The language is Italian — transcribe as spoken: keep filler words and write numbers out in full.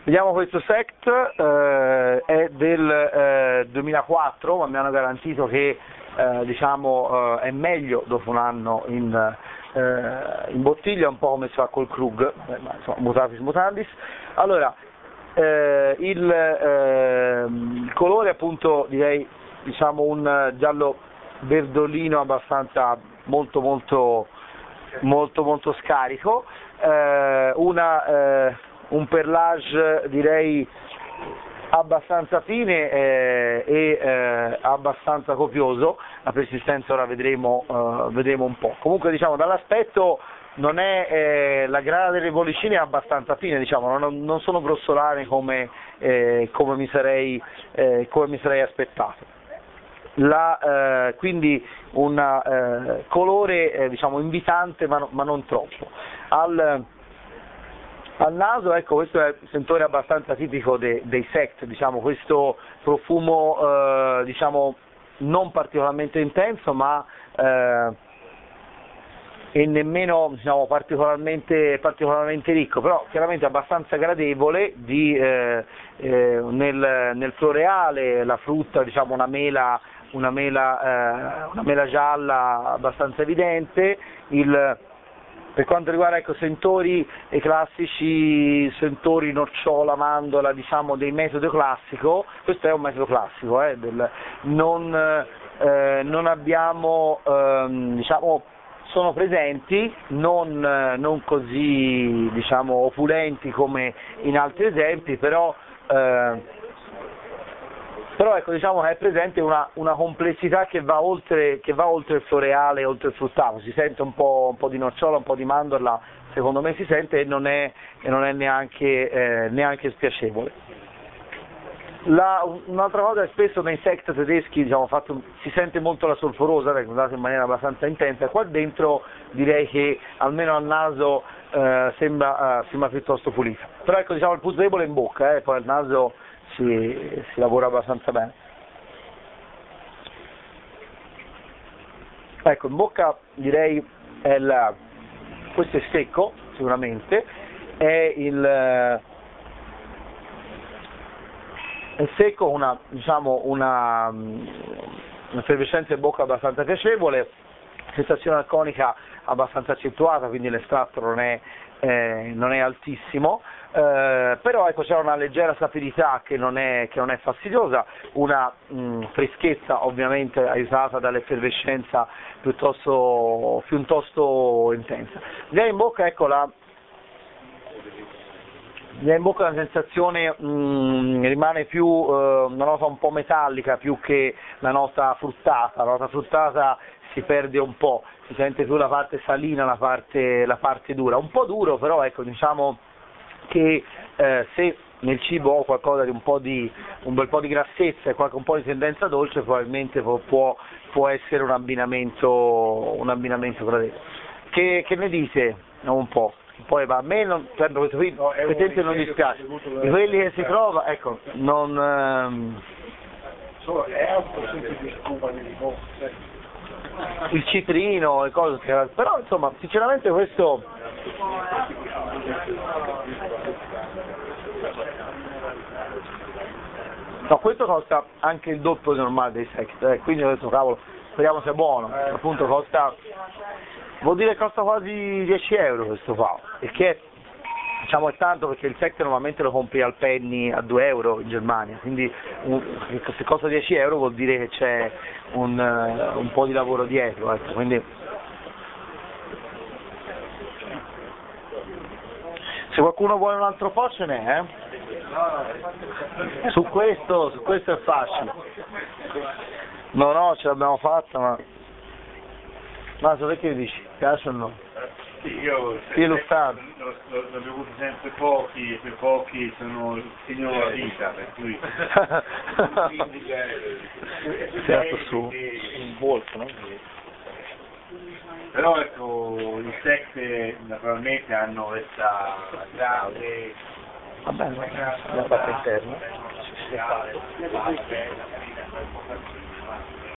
Vediamo questo sect, eh, è del eh, duemilaquattro, ma mi hanno garantito che eh, diciamo, eh, è meglio dopo un anno in, eh, in bottiglia, un po' come si fa col Krug, eh, ma insomma, mutatis mutandis. Allora, eh, il, eh, il colore appunto direi diciamo un giallo verdolino abbastanza molto molto molto molto scarico, eh, una eh, un perlage direi abbastanza fine eh, e eh, abbastanza copioso. La persistenza ora vedremo, eh, vedremo un po'. Comunque diciamo dall'aspetto non è eh, la grana delle bollicine è abbastanza fine, diciamo, non, non sono grossolane come, eh, come, mi sarei, eh, come mi sarei aspettato. La, eh, quindi un eh, colore eh, diciamo invitante ma, no, ma non troppo. Al, Al naso, ecco, questo è il sentore abbastanza tipico de, dei sect, diciamo, questo profumo eh, diciamo, non particolarmente intenso, ma eh, e nemmeno diciamo, particolarmente, particolarmente ricco, però chiaramente abbastanza gradevole, di, eh, eh, nel, nel floreale, la frutta, diciamo, una mela, una mela, eh, una mela gialla abbastanza evidente. Il, Per quanto riguarda ecco, sentori, i classici sentori nocciola, mandorla, diciamo del metodo classico, questo è un metodo classico, eh, del, non, eh, non abbiamo, ehm, diciamo, sono presenti, non, non così diciamo, opulenti come in altri esempi, però eh, Però ecco, diciamo che è presente una, una complessità che va, oltre, che va oltre il floreale, oltre il fruttato, si sente un po', un po' di nocciola, un po' di mandorla, secondo me si sente e non è, e non è neanche, eh, neanche spiacevole. La, un'altra cosa è spesso nei sect tedeschi diciamo, fatto, si sente molto la solforosa, ricordate in maniera abbastanza intensa, qua dentro direi che almeno al naso eh, sembra, eh, sembra piuttosto pulita. Però ecco, diciamo, il punto debole è in bocca, eh, poi il naso Si, si lavora abbastanza bene. Ecco, in bocca direi è la, questo è secco sicuramente, è il è secco, una diciamo una un'effervescenza in bocca abbastanza piacevole, sensazione alconica abbastanza accentuata, quindi l'estratto non è eh, non è altissimo. Eh, però ecco, c'è una leggera sapidità che non è, che non è fastidiosa, una mh, freschezza ovviamente aiutata dall'effervescenza piuttosto, piuttosto intensa. Viene in bocca ecco la viene in bocca la sensazione mh, rimane più eh, una nota un po' metallica più che la nota fruttata, la nota fruttata si perde un po', si sente più la parte salina, la parte, la parte dura, un po' duro però ecco diciamo che eh, se nel cibo ho qualcosa di un po' di un bel po' di grassezza e qualche un po' di tendenza dolce, probabilmente può, può essere un abbinamento un abbinamento gradevole. Che, che ne dite? Un po'. Poi va a me non, sempre questo qui, no, per esempio non dispiace. Di quelli che si trova, ecco, non ehm, è un esempio di scuba di il citrino e cose, però insomma sinceramente questo no, questo costa anche il doppio normale dei sect, eh, quindi ho detto cavolo, speriamo sia buono, appunto costa, vuol dire che costa quasi dieci euro questo qua, il che diciamo è tanto perché il sect normalmente lo compri al penny a due euro in Germania, quindi un, se costa dieci euro vuol dire che c'è un, uh, un po' di lavoro dietro, ecco, quindi se qualcuno vuole un altro po' ce n'è, eh? Su questo, su questo è facile. No, no, ce l'abbiamo fatta, ma... Maso, perché mi dici? Piace o no? Sì, io Sì, lo stanno. l'ho bevuto sempre pochi, e per pochi sono il signore della vita, per cui... Tirato su un volto, no? Però ecco, i sect naturalmente hanno questa grande... Va bene, la parte interna.